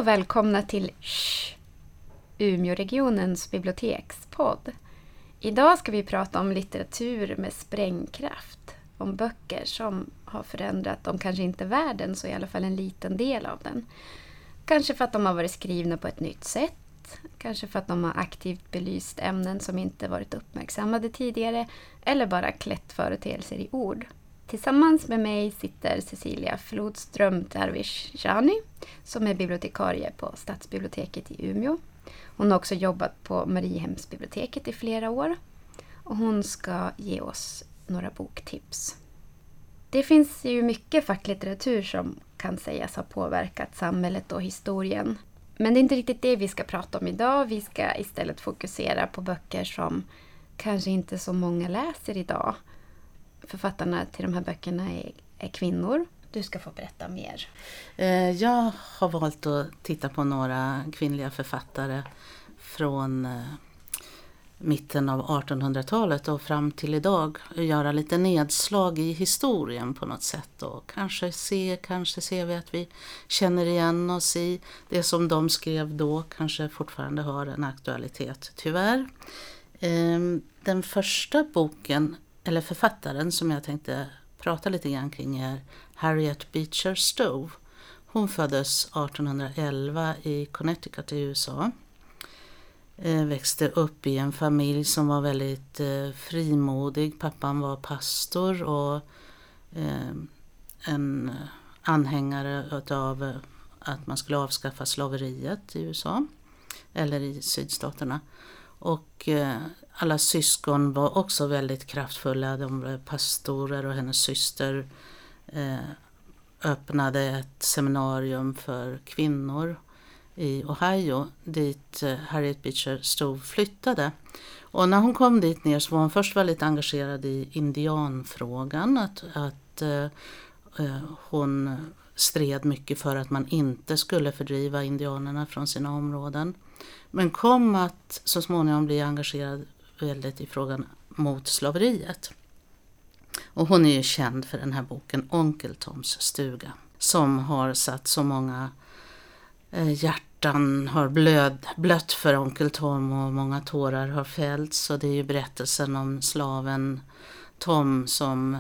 och välkomna till Umeåregionens bibliotekspodd. Idag ska vi prata om litteratur med sprängkraft. Om böcker som har förändrat, om kanske inte världen så i alla fall en liten del av den. Kanske för att de har varit skrivna på ett nytt sätt. Kanske för att de har aktivt belyst ämnen som inte varit uppmärksammade tidigare. Eller bara klätt företeelser i ord. Tillsammans med mig sitter Cecilia Flodström Tarvish-Jani som är bibliotekarie på Stadsbiblioteket i Umeå. Hon har också jobbat på Mariehemsbiblioteket i flera år och hon ska ge oss några boktips. Det finns ju mycket facklitteratur som kan sägas ha påverkat samhället och historien. Men det är inte riktigt det vi ska prata om idag. Vi ska istället fokusera på böcker som kanske inte så många läser idag. Författarna till de här böckerna är kvinnor. Du ska få berätta mer. Jag har valt att titta på några kvinnliga författare från mitten av 1800-talet och fram till idag. Göra lite nedslag i historien på något sätt. Och kanske ser vi att vi känner igen oss i det som de skrev då. Kanske fortfarande har en aktualitet, tyvärr. Den första boken, eller författaren som jag tänkte prata lite grann kring, är Harriet Beecher Stowe. Hon föddes 1811 i Connecticut i USA. Växte upp i en familj som var väldigt frimodig. Pappan var pastor och en anhängare av att man skulle avskaffa slaveriet i USA eller i sydstaterna. Och alla syskon var också väldigt kraftfulla. De var pastorer och hennes syster öppnade ett seminarium för kvinnor i Ohio dit Harriet Beecher Stowe flyttade. Och när hon kom dit ner så var hon först väldigt engagerad i indianfrågan. Att hon stred mycket för att man inte skulle fördriva indianerna från sina områden. Men kom att så småningom bli engagerad väldigt i frågan mot slaveriet. Och hon är ju känd för den här boken Onkel Toms stuga. Som har satt så många hjärtan har blött för Onkel Tom och många tårar har fällts. Och det är ju berättelsen om slaven Tom som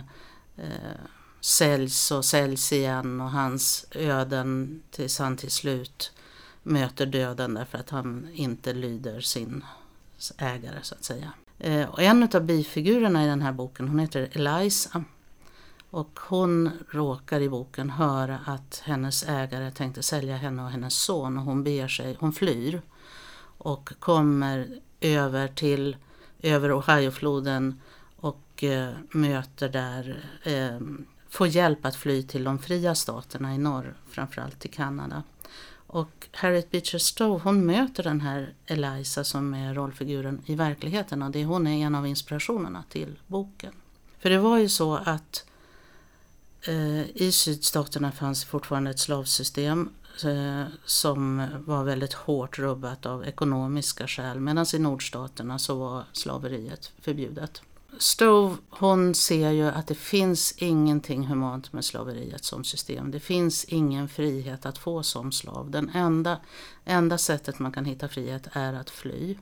säljs igen och hans öden tills han till slut möter döden därför att han inte lyder sin ägare så att säga. Och en av bifigurerna i den här boken, hon heter Eliza. Och hon råkar i boken höra att hennes ägare tänkte sälja henne och hennes son. Och hon flyr och kommer över Ohiofloden och möter där, får hjälp att fly till de fria staterna i norr, framförallt till Kanada. Och Harriet Beecher Stowe, hon möter den här Eliza som är rollfiguren i verkligheten. Och hon är en av inspirationerna till boken. För det var ju så att i sydstaterna fanns fortfarande ett slavsystem som var väldigt hårt rubbat av ekonomiska skäl. Medan i nordstaterna så var slaveriet förbjudet. Stowe, hon ser ju att det finns ingenting humant med slaveriet som system. Det finns ingen frihet att få som slav. Den enda sättet man kan hitta frihet är att fly.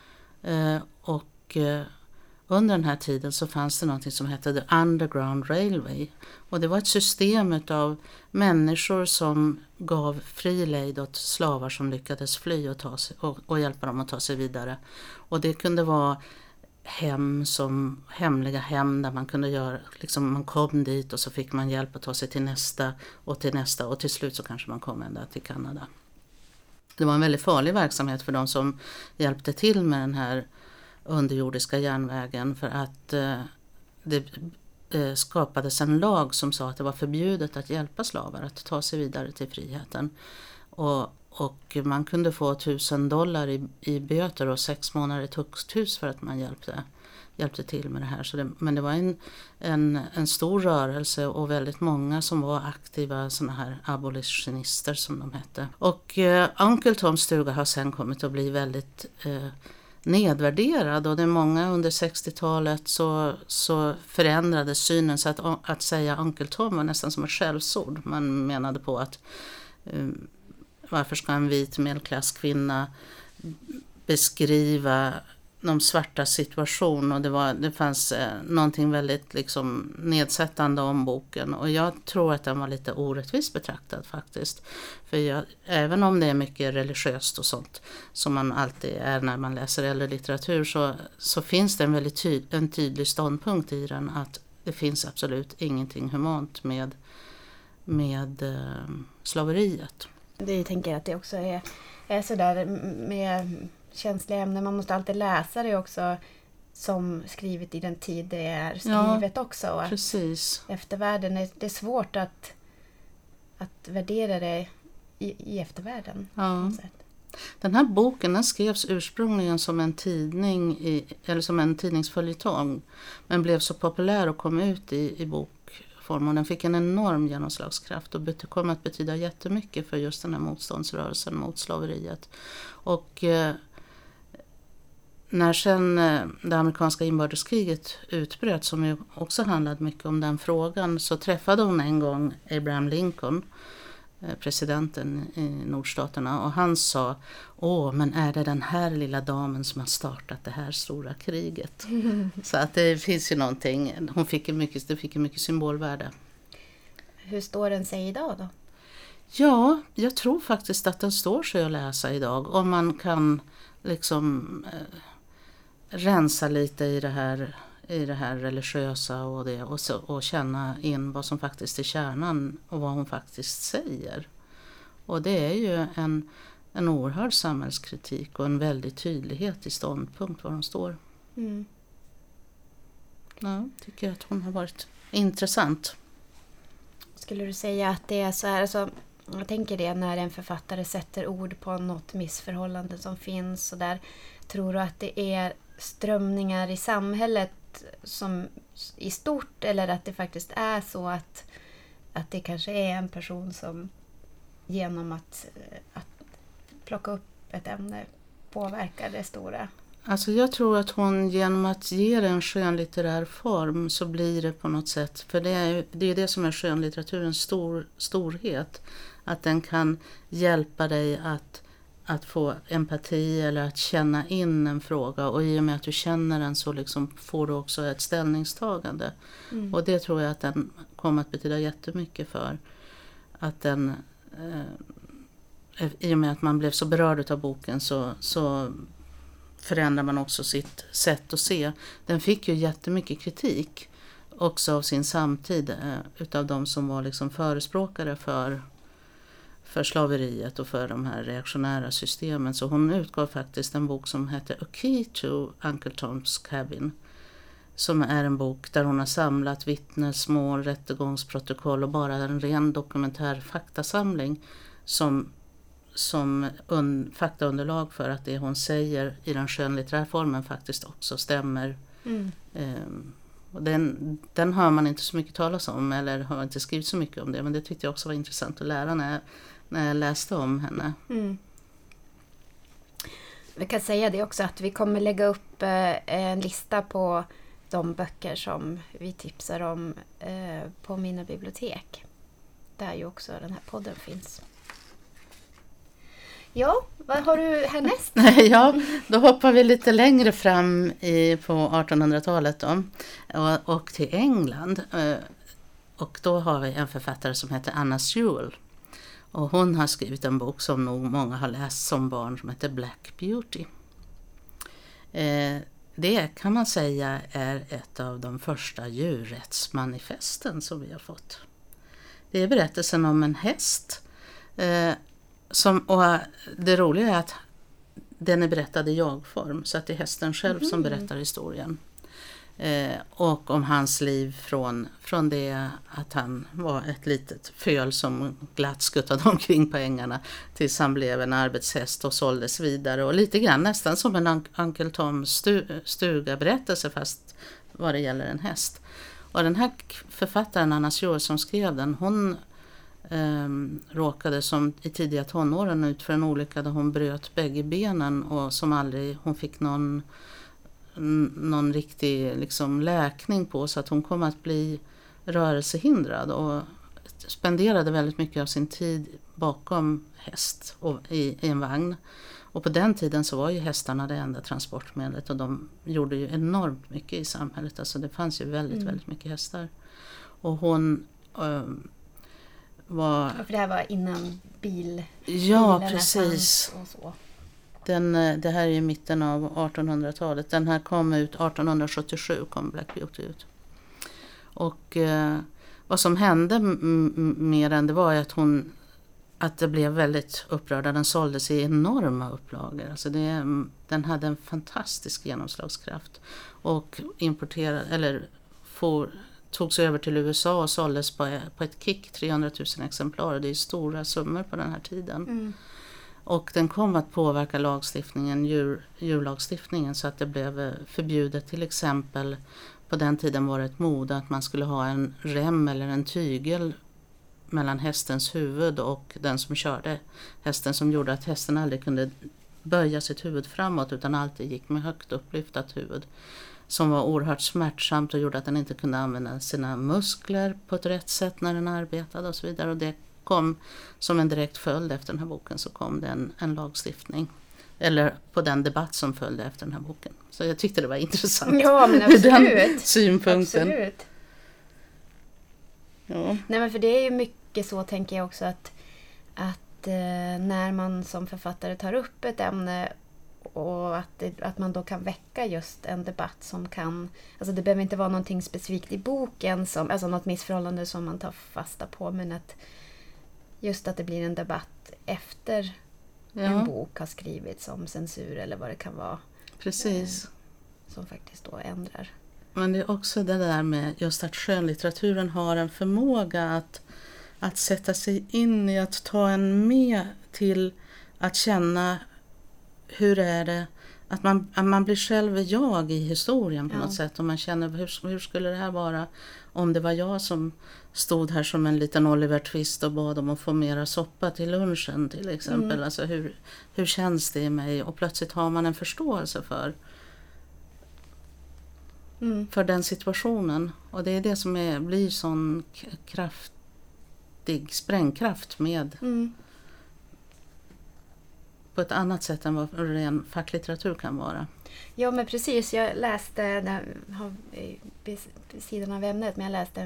Under den här tiden så fanns det något som hette The Underground Railway. Och det var ett system av människor som gav fri lejd åt slavar som lyckades fly och hjälpa dem att ta sig vidare. Och det kunde vara hemliga hem där man kunde göra, man kom dit och så fick man hjälp att ta sig till nästa och till slut så kanske man kom ända till Kanada. Det var en väldigt farlig verksamhet för de som hjälpte till med den här underjordiska järnvägen, för att det skapades en lag som sa att det var förbjudet att hjälpa slavar att ta sig vidare till friheten. Och man kunde få $1000 i böter och 6 månader i tukthus för att man hjälpte till med det här. Men det var en stor rörelse och väldigt många som var aktiva såna här abolitionister som de hette. Och Onkel Toms stuga har sen kommit att bli väldigt nedvärderad, och det är många under 60-talet så förändrades synen så att säga Onkel Tom var nästan som ett skällsord. Man menade på att varför ska en vit medelklasskvinna beskriva de svarta situation, och det fanns någonting väldigt liksom nedsättande om boken, och jag tror att den var lite orättvist betraktad faktiskt. För även om det är mycket religiöst och sånt som man alltid är när man läser äldre litteratur, så finns det en väldigt tydlig ståndpunkt i den, att det finns absolut ingenting humant med slaveriet. Jag tänker att det också är sådär med känsliga ämnen. Man måste alltid läsa det också som skrivet i den tid det är skrivet också. Och precis. Eftervärlden, det är svårt att värdera det i eftervärlden. Ja. Den här boken, den skrevs ursprungligen som en tidning eller som en tidningsföljetong, men blev så populär och kom ut i bokform, och den fick en enorm genomslagskraft och kom att betyda jättemycket för just den här motståndsrörelsen mot slaveriet. Och när sen det amerikanska inbördeskriget utbröt, som ju också handlade mycket om den frågan, så träffade hon en gång Abraham Lincoln, presidenten i nordstaterna, och han sa: men är det den här lilla damen som har startat det här stora kriget? Så att det finns ju någonting, det fick en mycket symbolvärde. Hur står den sig idag då? Ja, jag tror faktiskt att den står sig att läsa idag, om man kan liksom rensa lite i det här religiösa och känna in vad som faktiskt är kärnan och vad hon faktiskt säger. Och det är ju en oerhörd samhällskritik och en väldig tydlighet i ståndpunkt var hon står. Mm. Ja, tycker att hon har varit intressant. Skulle du säga att det är så här, alltså, jag tänker det när en författare sätter ord på något missförhållande som finns, och där tror du att det är strömningar i samhället som i stort, eller att det faktiskt är så att det kanske är en person som genom att plocka upp ett ämne påverkar det stora? Alltså jag tror att hon genom att ge det en skönlitterär form, så blir det på något sätt, för det är det som är skönlitteraturens storhet, att den kan hjälpa dig att få empati eller att känna in en fråga, och i och med att du känner den så liksom får du också ett ställningstagande. Och det tror jag att den kommer att betyda jättemycket för att den i och med att man blev så berörd av boken så förändrar man också sitt sätt att se. Den fick ju jättemycket kritik också av sin samtid, utav de som var liksom förespråkare för slaveriet och för de här reaktionära systemen. Så hon utgav faktiskt en bok som heter A Key to Uncle Tom's Cabin, som är en bok där hon har samlat vittnesmål, rättegångsprotokoll och bara en ren dokumentär faktasamling som faktaunderlag för att det hon säger i den skönlitterära formen faktiskt också stämmer. Och den hör man inte så mycket talas om, eller har inte skrivit så mycket om det, men det tyckte jag också var intressant att lära när jag läste om henne. Vi kan säga det också att vi kommer lägga upp en lista på de böcker som vi tipsar om på Mina bibliotek, där ju också den här podden finns. Ja, vad har du härnäst? Ja, då hoppar vi lite längre fram på 1800-talet då, och till England. Och då har vi en författare som heter Anna Sewell. Och hon har skrivit en bok som nog många har läst som barn, som heter Black Beauty. Det kan man säga är ett av de första djurrättsmanifesten som vi har fått. Det är berättelsen om en häst. Och det roliga är att den är berättad i jag-form, så att det är hästen själv som berättar historien. Och om hans liv från det att han var ett litet föl som glatt skuttade omkring på ängarna tills han blev en arbetshäst och såldes vidare. Och lite grann nästan som en Uncle Tom stuga-berättelse, fast vad det gäller en häst. Och den här författaren Anna Sewell som skrev den, hon råkade som i tidiga tonåren ut för en olycka där hon bröt bägge benen, och som aldrig hon fick någon riktig liksom läkning på, så att hon kom att bli rörelsehindrad och spenderade väldigt mycket av sin tid bakom häst i en vagn. Och på den tiden så var ju hästarna det enda transportmedlet och de gjorde ju enormt mycket i samhället. Alltså det fanns ju väldigt mycket hästar. Och hon var... För det här var innan Ja, precis. Och så. Det här är i mitten av 1800-talet. Den här kom ut 1877, kom Black Beauty ut. Och vad som hände med den, det var ju att det blev väldigt upprörda. Den såldes i enorma upplagor. Alltså den hade en fantastisk genomslagskraft. Och togs över till USA och såldes på ett kick, 300 000 exemplar. Det är stora summor på den här tiden. Och den kom att påverka lagstiftningen, djurlagstiftningen, så att det blev förbjudet. Till exempel på den tiden var det ett mode att man skulle ha en rem eller en tygel mellan hästens huvud och den som körde hästen, som gjorde att hästen aldrig kunde böja sitt huvud framåt utan alltid gick med högt upplyftat huvud. Som var oerhört smärtsamt och gjorde att den inte kunde använda sina muskler på ett rätt sätt när den arbetade och så vidare. Och det kom som en direkt följd efter den här boken, så kom det en lagstiftning. Eller på den debatt som följde efter den här boken. Så jag tyckte det var intressant. Ja, men absolut. Den synpunkten. Absolut. Ja. Nej, men för det är ju mycket så, tänker jag också, att när man som författare tar upp ett ämne och att man då kan väcka just en debatt som kan... Alltså det behöver inte vara någonting specifikt i boken, alltså något missförhållande som man tar fasta på, men att just att det blir en debatt efter en bok har skrivits om censur eller vad det kan vara. Precis. Som faktiskt då ändrar. Men det är också det där med just att skönlitteraturen har en förmåga att sätta sig in i, att ta en med till att känna hur är det, att man blir själv jag i historien på något sätt, och man känner hur skulle det här vara om det var jag som stod här som en liten Oliver Twist och bad om att få mera soppa till lunchen till exempel. Alltså hur känns det i mig? Och plötsligt har man en förståelse för den situationen. Och det är det som blir sån kraftig sprängkraft med på ett annat sätt än vad ren facklitteratur kan vara. Ja, men precis. Jag läste, vid sidan av ämnet, men jag läste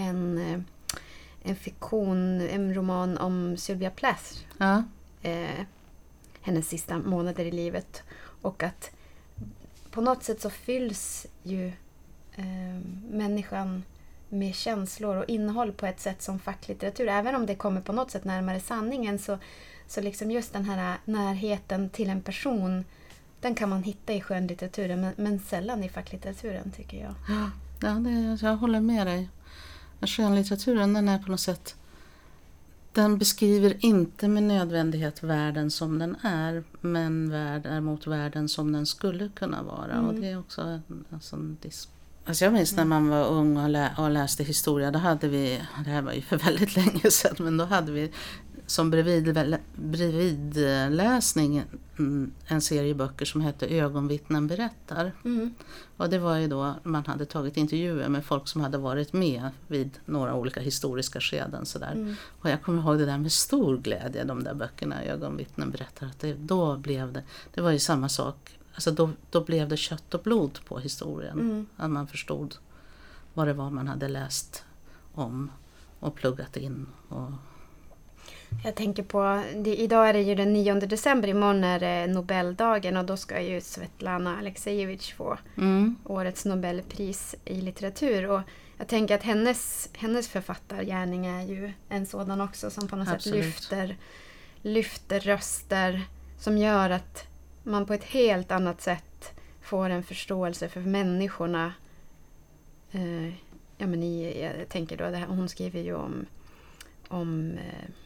en fiktion, en roman om Sylvia Plath. Ja. Hennes sista månader i livet. Och att på något sätt så fylls ju människan med känslor och innehåll på ett sätt som facklitteratur. Även om det kommer på något sätt närmare sanningen, så liksom just den här närheten till en person, den kan man hitta i skönlitteraturen, men sällan i facklitteraturen, tycker jag. Ja, jag håller med dig. Skönlitteraturen, den är på något sätt, den beskriver inte med nödvändighet världen som den är, men däremot världen som den skulle kunna vara. Och det är också en sån Alltså jag minns när man var ung och läste historia, då hade vi, det här var ju för väldigt länge sedan, men då hade vi som bredvidläsning en serie böcker som hette Ögonvittnen berättar. Och det var ju då man hade tagit intervjuer med folk som hade varit med vid några olika historiska skeden. Sådär. Och jag kommer ihåg det där med stor glädje, de där böckerna Ögonvittnen berättar. Att då blev det var ju samma sak. Alltså då blev det kött och blod på historien. Att man förstod vad det var man hade läst om och pluggat in. Jag tänker på, idag är det ju den 9 december, imorgon är det Nobeldagen, och då ska ju Svetlana Aleksejevich få årets Nobelpris i litteratur. Och jag tänker att hennes författargärning är ju en sådan också, som på något sätt lyfter röster som gör att man på ett helt annat sätt får en förståelse för människorna. Jag tänker då, hon skriver ju om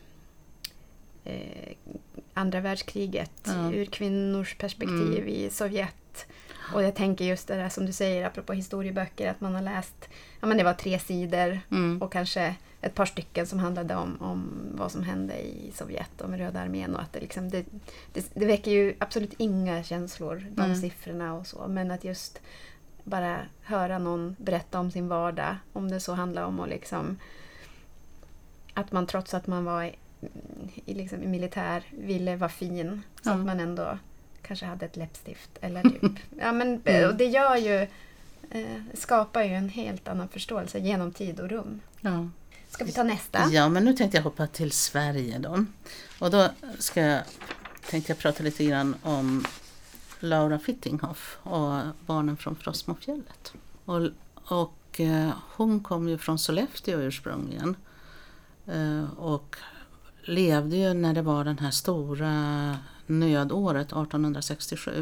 andra världskriget ur kvinnors perspektiv i Sovjet. Och jag tänker just det där som du säger apropå historieböcker, att man har läst, det var 3 sidor och kanske ett par stycken som handlade om vad som hände i Sovjet och med Röda armén, och att det, liksom, det väcker ju absolut inga känslor, de siffrorna och så, men att just bara höra någon berätta om sin vardag, om det så handlar om att liksom, att man trots att man var i militär ville vara fin. Så att man ändå kanske hade ett läppstift. Eller typ. Och det gör ju, skapar ju en helt annan förståelse genom tid och rum. Ja. Ska vi ta nästa? Ja, men nu tänkte jag hoppa till Sverige då. Och då tänkte jag prata lite grann om Laura Fittinghoff och Barnen från Frostmofjället. Och hon kom ju från Sollefteå ursprungligen. Och levde ju när det var den här stora nödåret 1867.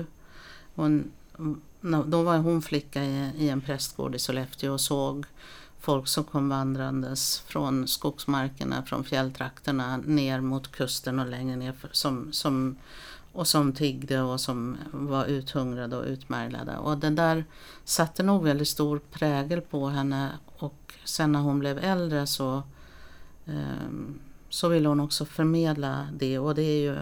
Då var hon flicka i en prästgård i Sollefteå och såg folk som kom vandrandes från skogsmarkerna, från fjälltrakterna ner mot kusten och längre ner som tiggde och som var uthungrade och utmärglade. Och det där satte nog väldigt stor prägel på henne, och sen när hon blev äldre så ville hon också förmedla det, och det är ju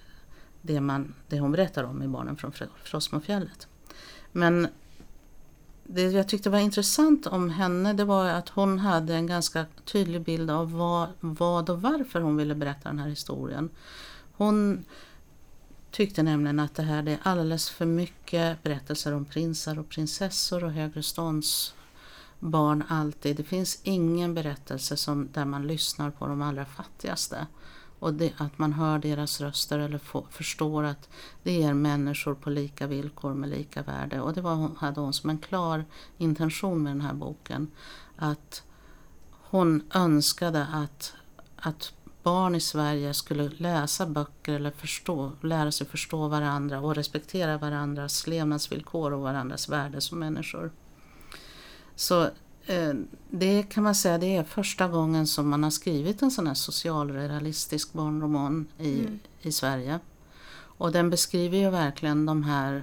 det hon berättar om i Barnen från Frostmofjället. Men det jag tyckte var intressant om henne, det var att hon hade en ganska tydlig bild av vad och varför hon ville berätta den här historien. Hon tyckte nämligen att det är alldeles för mycket berättelser om prinsar och prinsessor och högre stånds barn alltid. Det finns ingen berättelse där man lyssnar på de allra fattigaste. Och att man hör deras röster eller förstår att det är människor på lika villkor med lika värde. Och det hade hon som en klar intention med den här boken. Att hon önskade att barn i Sverige skulle läsa böcker eller lära sig förstå varandra och respektera varandras levnadsvillkor och varandras värde som människor. Så det kan man säga, det är första gången som man har skrivit en sån här socialrealistisk barnroman i Sverige. Och den beskriver ju verkligen de här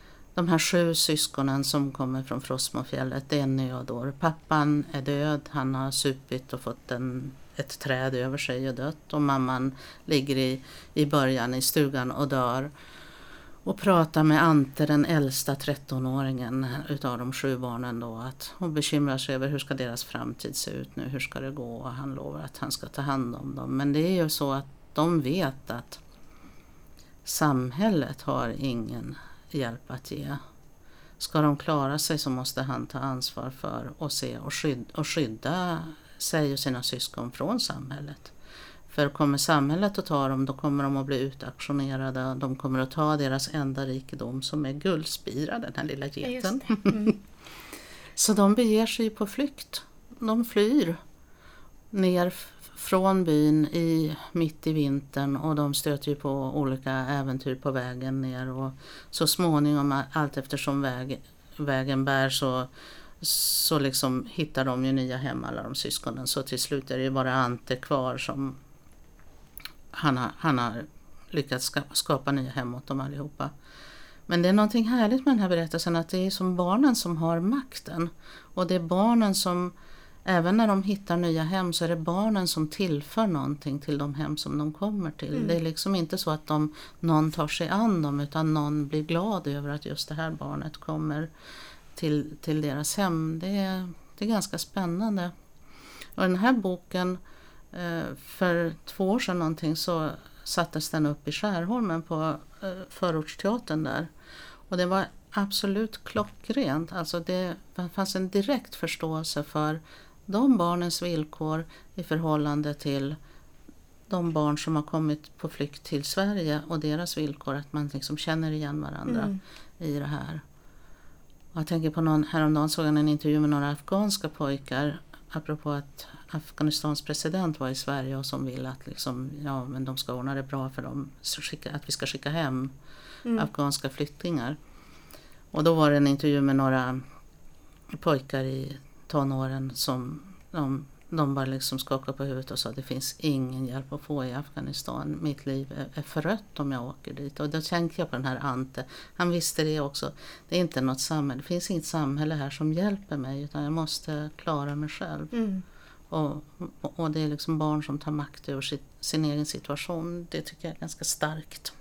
7 syskonen som kommer från Frostmofjället. Det är en nödår. Pappan är död, han har supit och fått ett träd över sig och dött. Och mamman ligger i början i stugan och dör. Och pratar med Ante, den äldsta 13-åringen utav de 7 barnen då, att hon bekymrar sig över hur ska deras framtid se ut nu, hur ska det gå, och han lovar att han ska ta hand om dem. Men det är ju så att de vet att samhället har ingen hjälp att ge. Ska de klara sig så måste han ta ansvar för och skydda sig och sina syskon från samhället. För kommer samhället att ta dem, då kommer de att bli utaktionerade. De kommer att ta deras enda rikedom som är guldspira, den här lilla geten. Så de beger sig på flykt. De flyr ner från byn mitt i vintern, och de stöter ju på olika äventyr på vägen ner. Och så småningom, allt eftersom vägen bär, så liksom hittar de ju nya hem, alla de syskonen. Så till slut är det ju bara Ante kvar som han har lyckats skapa nya hem åt dem allihopa. Men det är någonting härligt med den här berättelsen, att det är som barnen som har makten. Och det är barnen som, även när de hittar nya hem, så är det barnen som tillför någonting till de hem som de kommer till. Det är liksom inte så att någon tar sig an dem, utan någon blir glad över att just det här barnet kommer till deras hem. Det är ganska spännande. Och den här boken, för 2 år sedan någonting, så sattes den upp i Skärholmen på förortsteatern där. Och det var absolut klockrent. Alltså det fanns en direkt förståelse för de barnens villkor i förhållande till de barn som har kommit på flykt till Sverige och deras villkor. Att man liksom känner igen varandra i det här. Och jag tänker på häromdagen såg jag en intervju med några afghanska pojkar, apropå att Afghanistans president var i Sverige och som vill att men de ska ordna det bra för dem, att vi ska skicka hem afghanska flyktingar. Och då var det en intervju med några pojkar i tonåren som de bara liksom skakade på huvudet och sa: det finns ingen hjälp att få i Afghanistan. Mitt liv är förött om jag åker dit. Och då tänkte jag på den här Ante. Han visste det också. Det är inte något samhälle. Det finns inget samhälle här som hjälper mig, utan jag måste klara mig själv. Och det är liksom barn som tar makt över sin egen situation. Det tycker jag är ganska starkt.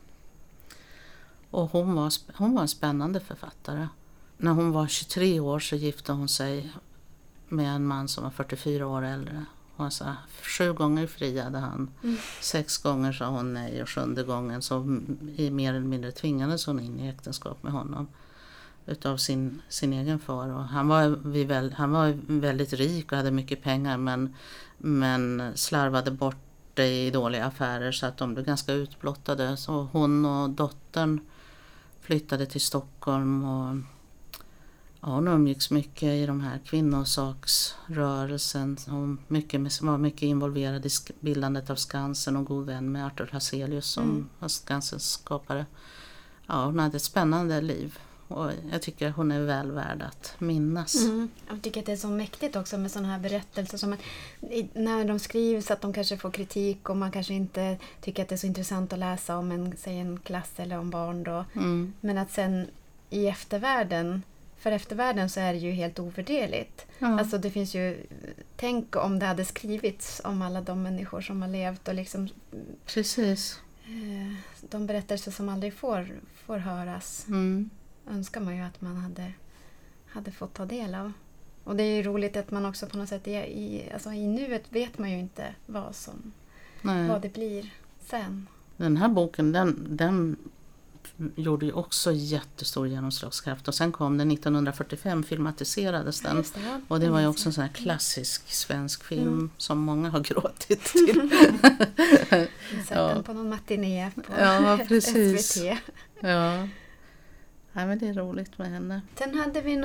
Och hon var en spännande författare. När hon var 23 år så gifte hon sig med en man som var 44 år äldre. Hon sa 7 gånger friade han. 6 gånger sa hon nej och 7:e gången så mer eller mindre tvingades hon in i äktenskap med honom. Utav sin egen far. Och han var väldigt rik och hade mycket pengar men slarvade bort det i dåliga affärer så att de blev ganska utblottade. Så hon och dottern flyttade till Stockholm och hon umgicks mycket i de här kvinnosaksrörelsen. Hon var mycket involverad i bildandet av Skansen och god vän med Arthur Hazelius som var Skansens skapare. Ja, hon hade ett spännande liv. Och jag tycker hon är väl värd att minnas. Jag tycker att det är så mäktigt också med sådana här berättelser. Som när de skrivs att de kanske får kritik och man kanske inte tycker att det är så intressant att läsa om en klass eller om barn då. Men att sen i eftervärlden, för eftervärlden så är det ju helt ovärderligt. Ja. Alltså det finns ju, tänk om det hade skrivits om alla de människor som har levt och liksom... Precis. De berättelser som aldrig får höras. Önskar man ju att man hade fått ta del av. Och det är ju roligt att man också på något sätt i nuet vet man ju inte vad det blir sen. Den här boken den gjorde ju också jättestor genomslagskraft och sen kom den 1945, filmatiserades den. Just det, ja. Och det var ju också en sån här klassisk svensk film som många har gråtit till. Sett den på någon matiné på precis. SVT. Ja. Ja, men det är roligt med henne. Sen hade vi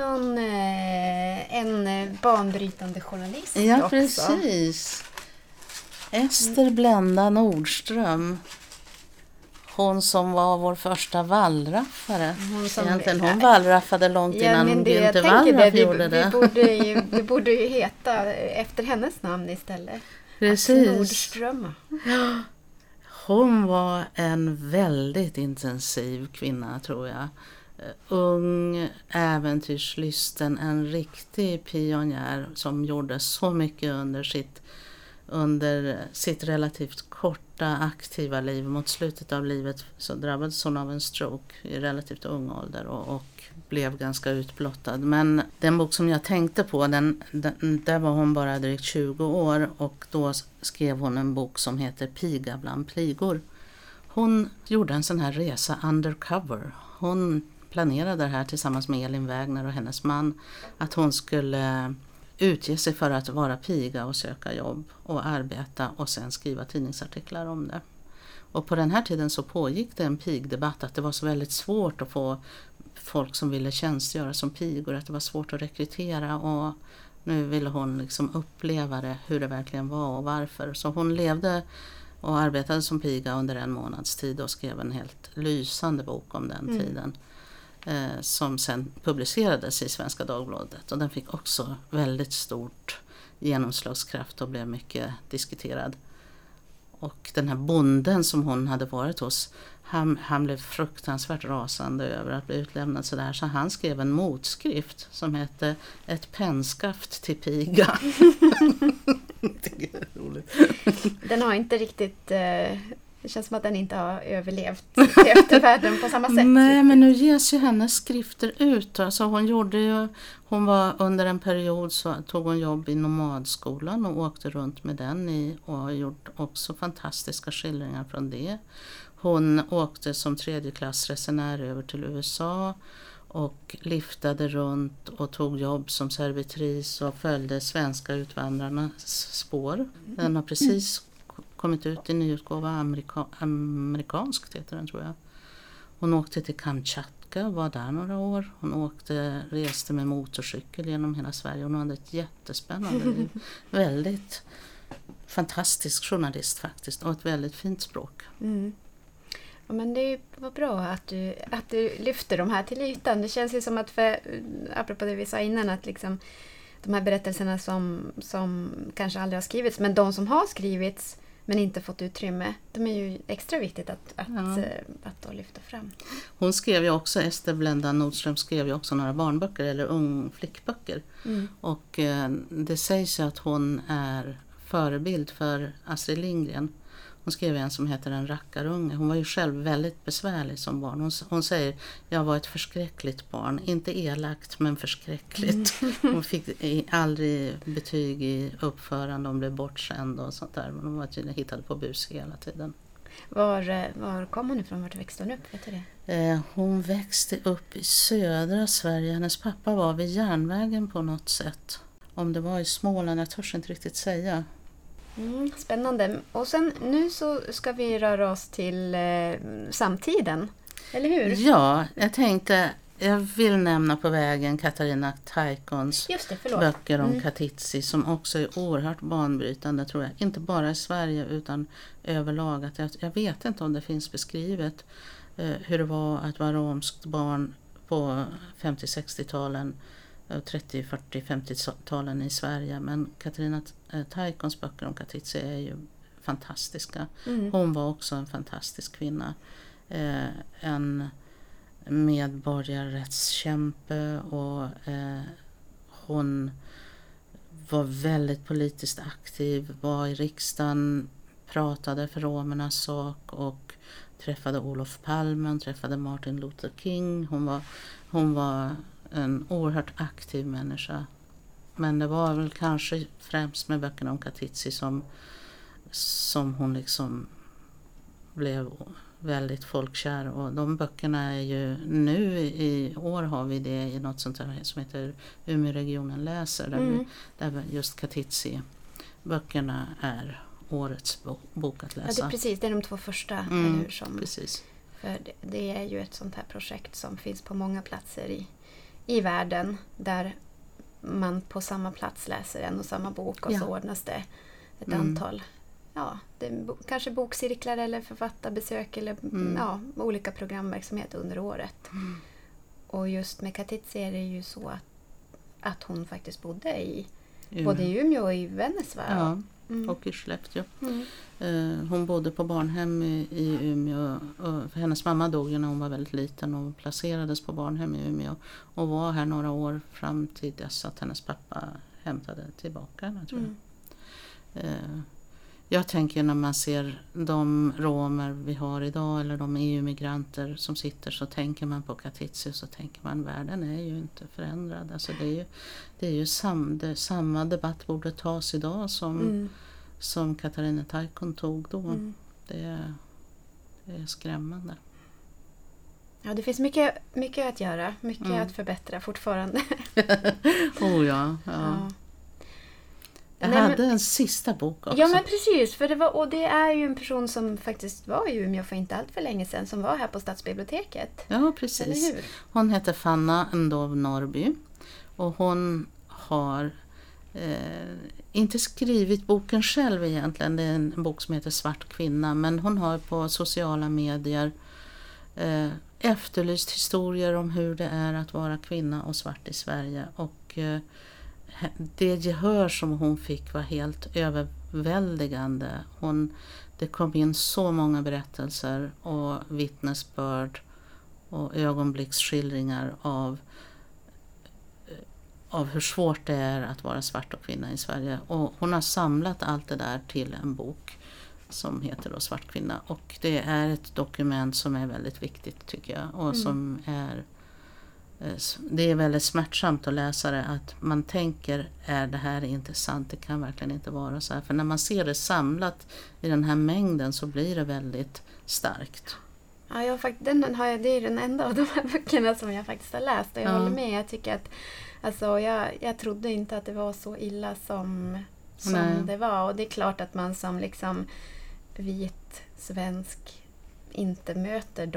en banbrytande journalist också. Ja, precis. Ester Blenda Nordström. Hon som var vår första wallraffare. Hon wallraffade långt innan Günther Wallraff gjorde det. Vi borde ju heta efter hennes namn istället. Precis. Nordström. Ja. Hon var en väldigt intensiv kvinna, tror jag. Ung, äventyrslysten, en riktig pionjär som gjorde så mycket under sitt relativt korta aktiva liv. Mot slutet av livet så drabbades hon av en stroke i relativt ung ålder och blev ganska utblottad. Men den bok som jag tänkte på, där var hon bara drygt 20 år och då skrev hon en bok som heter Piga bland pligor. Hon gjorde en sån här resa undercover. Hon planerade det här tillsammans med Elin Wägner och hennes man, att hon skulle utge sig för att vara piga och söka jobb och arbeta och sen skriva tidningsartiklar om det. Och på den här tiden så pågick det en pigdebatt, att det var så väldigt svårt att få folk som ville tjänstgöra som pigor, att det var svårt att rekrytera, och nu ville hon liksom uppleva det, hur det verkligen var och varför. Så hon levde och arbetade som piga under 1 månads tid och skrev en helt lysande bok om den tiden. Som sen publicerades i Svenska Dagbladet, och den fick också väldigt stort genomslagskraft och blev mycket diskuterad. Och den här bonden som hon hade varit hos, han blev fruktansvärt rasande över att bli utlämnad sådär, så han skrev en motskrift som hette Ett pennskaft till piga. Det är roligt. Den har inte riktigt... Det känns som att den inte har överlevt efter världen på samma sätt. Nej, men nu ges ju hennes skrifter ut. Alltså hon var under en period så tog hon jobb i nomadskolan och åkte runt med den och har gjort också fantastiska skildringar från det. Hon åkte som 3:e-klassresenär över till USA och liftade runt och tog jobb som servitris och följde svenska utvandrarnas spår. Den har precis kommit ut i nyutgåva amerikanskt heter den, tror jag. Hon åkte till Kamchatka och var där några år. Hon reste med motorcykel genom hela Sverige. Hon hade ett jättespännande liv. Väldigt fantastisk journalist faktiskt, och ett väldigt fint språk. Ja, men det var bra att du lyfter de här till ytan. Det känns ju som att, apropå det vi sa innan, att liksom de här berättelserna som kanske aldrig har skrivits, men de som har skrivits men inte fått utrymme, de är ju extra viktigt att då lyfta fram. Hon skrev ju också, Ester Blenda Nordström skrev ju också några barnböcker eller ungflickböcker. Och det sägs ju att hon är förebild för Astrid Lindgren. Hon skrev en som heter En rackarunge. Hon var ju själv väldigt besvärlig som barn. Hon säger, jag var ett förskräckligt barn. Inte elakt, men förskräckligt. Hon fick aldrig betyg i uppförande. Hon blev bortskänd och sånt där. Men hon var tydligen hittade på bus hela tiden. Var kom hon ifrån? Vart växte hon upp? Vet du det? Hon växte upp i södra Sverige. Hennes pappa var vid järnvägen på något sätt. Om det var i Småland, jag törs inte riktigt säga. Spännande. Och sen nu så ska vi röra oss till samtiden, eller hur? Ja, jag vill nämna på vägen Katarina Taikons böcker om Katitzi som också är oerhört banbrytande tror jag. Inte bara i Sverige utan överlag. Att jag vet inte om det finns beskrivet hur det var att vara romskt barn på 50-60-talen, 30, 40, 50-talen i Sverige. Men Katarina Taikons böcker om Katitzi är ju fantastiska. Hon var också en fantastisk kvinna. En medborgarrättskämpe och hon var väldigt politiskt aktiv, var i riksdagen, pratade för romernas sak och träffade Olof Palme, träffade Martin Luther King. Hon var en oerhört aktiv människa. Men det var väl kanske främst med böckerna om Katitzi som hon liksom blev väldigt folkkär. Och de böckerna är ju nu i år har vi det i något sånt här som heter Umeåregionen läser. Där just Katitzi-böckerna är årets bok att läsa. Ja, det är de 2 första. Eller hur, som, precis. För det är ju ett sånt här projekt som finns på många platser i världen där man på samma plats läser en och samma bok och så ordnas det ett antal kanske bokcirklar eller författarbesök eller olika programverksamhet under året. Och just med Katitzi är det ju så att hon faktiskt bodde både i Umeå och i Vännäs. Ja, och i Skellefteå. Hon bodde på barnhem i Umeå. För hennes mamma dog ju när hon var väldigt liten och placerades på barnhem i Umeå. Och var här några år fram till dess att hennes pappa hämtade tillbaka henne, tror jag. Jag tänker när man ser de romer vi har idag eller de EU-migranter som sitter, så tänker man på Katitzi och så tänker man världen är ju inte förändrad. Alltså det är ju samma debatt borde tas idag som Katarina Taikon tog då. Det är skrämmande. Ja, det finns mycket att göra, mycket att förbättra fortfarande. ja. Jag hade en sista bok också. Ja, men precis. För det är ju en person som faktiskt var i Umeå för inte allt för länge sedan, som var här på Stadsbiblioteket. Ja, precis. Hon heter Fanna Ndov Norby. Och hon har inte skrivit boken själv egentligen. Det är en bok som heter Svart kvinna. Men hon har på sociala medier efterlyst historier om hur det är att vara kvinna och svart i Sverige. Och det gehör som hon fick var helt överväldigande. Det kom in så många berättelser och vittnesbörd och ögonblicksskildringar av hur svårt det är att vara svart och kvinna i Sverige. Och hon har samlat allt det där till en bok som heter då Svart kvinna. Och det är ett dokument som är väldigt viktigt, tycker jag. Och som det är väldigt smärtsamt att läsa det, att man tänker, är det här inte sant? Det kan verkligen inte vara så här. För när man ser det samlat i den här mängden så blir det väldigt starkt. Ja, det är den enda av de här böckerna som jag faktiskt har läst. Och jag håller med. Jag tycker att jag trodde inte att det var så illa som det var. Och det är klart att man som liksom vit svensk inte möter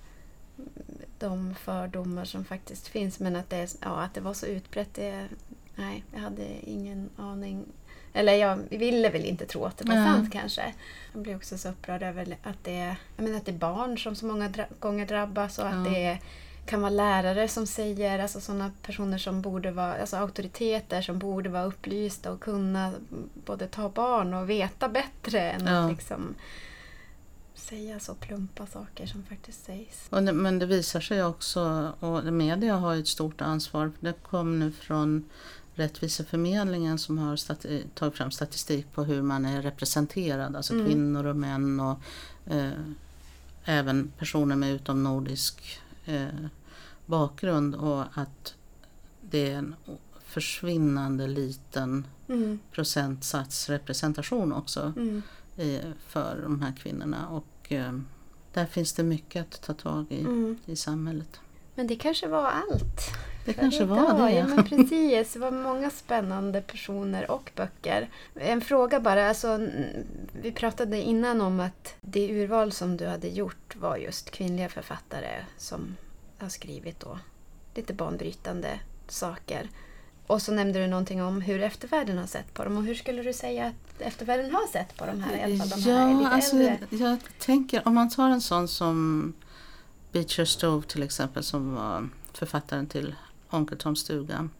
de fördomar som faktiskt finns, men att det var så utbrett, jag hade ingen aning, eller jag ville väl inte tro att det var sant kanske. Jag blev också så upprörd över att det är barn som så många gånger drabbas, och att det kan vara lärare som säger, alltså sådana personer som borde vara, alltså auktoriteter som borde vara upplysta och kunna både ta barn och veta bättre än att liksom säga så plumpa saker som faktiskt sägs. Men det visar sig också, och media har ett stort ansvar. Det kom nu från Rättviseförmedlingen som har tagit fram statistik på hur man är representerad, alltså kvinnor och män och även personer med utomnordisk bakgrund, och att det är en försvinnande liten procentsats representation också för de här kvinnorna, och där finns det mycket att ta tag i samhället. Men det kanske var allt. Det kanske var det. Ja, men precis. Det var många spännande personer och böcker. En fråga bara. Alltså, vi pratade innan om att det urval som du hade gjort var just kvinnliga författare som har skrivit då lite banbrytande saker. Och så nämnde du någonting om hur eftervärlden har sett på dem. Och hur skulle du säga att eftervärlden har sett på de här? I alla fall de här lite alltså, äldre. jag tänker, om man tar en sån som Beecher Stowe till exempel, som var författaren till Onkel Toms stuga.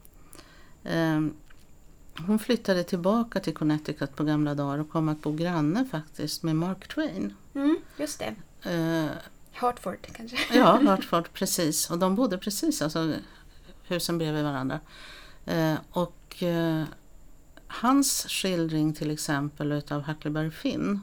Hon flyttade tillbaka till Connecticut på gamla dagar och kom att bo granne faktiskt med Mark Twain. Just det. Hartford kanske. Ja, Hartford, precis. Och de bodde precis, alltså husen bredvid varandra. Och hans skildring till exempel utav Huckleberry Finn,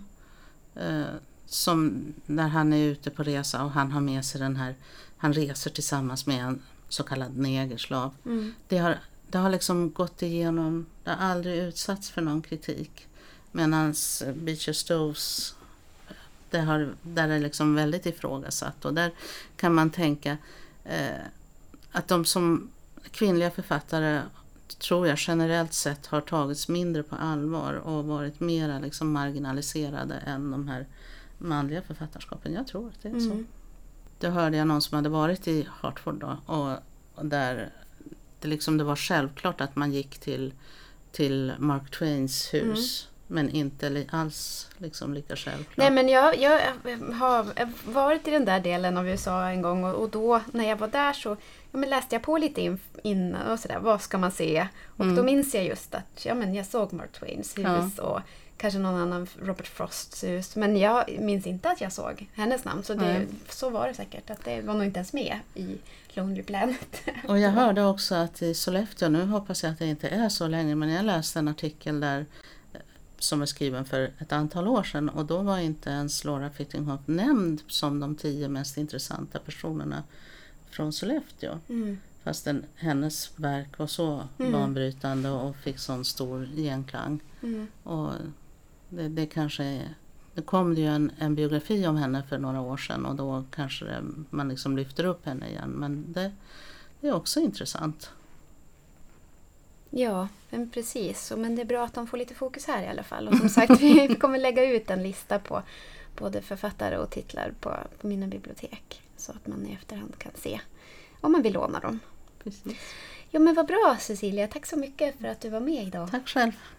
som när han är ute på resa och han har med sig den här, han reser tillsammans med en så kallad negerslav. Det har liksom gått igenom, det har aldrig utsatts för någon kritik. Medan Beecher Stowes, där är det liksom väldigt ifrågasatt, och där kan man tänka att de som kvinnliga författare, tror jag generellt sett, har tagits mindre på allvar och varit mer liksom marginaliserade än de här manliga författarskapen. Jag tror att det är så. Då hörde jag någon som hade varit i Hartford då, och där det var självklart att man gick till Mark Twains hus, men inte alls liksom lika självklart. Nej, men jag har varit i den där delen av USA en gång, och då när jag var där så läste jag på lite innan och sådär, vad ska man se? Och då minns jag just att jag såg Mark Twains hus och kanske någon annan Robert Frosts hus, men jag minns inte att jag såg hennes namn, så var det säkert, att det var nog inte ens med i Lonely Planet. Och jag hörde också att i Sollefteå, nu hoppas jag att det inte är så länge, men jag läste en artikel där som är skriven för ett antal år sedan, och då var inte ens Laura Fittinghoff nämnd som de 10 mest intressanta personerna från Sollefteå. Fast hennes verk var så banbrytande och fick sån stor genklang. Och det kom ju en biografi om henne för några år sedan, och då kanske man liksom lyfter upp henne igen, men det är också intressant. Ja, men precis. Men det är bra att de får lite fokus här i alla fall. Och som sagt, vi kommer lägga ut en lista på både författare och titlar på mina bibliotek, så att man i efterhand kan se om man vill låna dem. Precis. Ja, men vad bra, Cecilia. Tack så mycket för att du var med idag. Tack själv.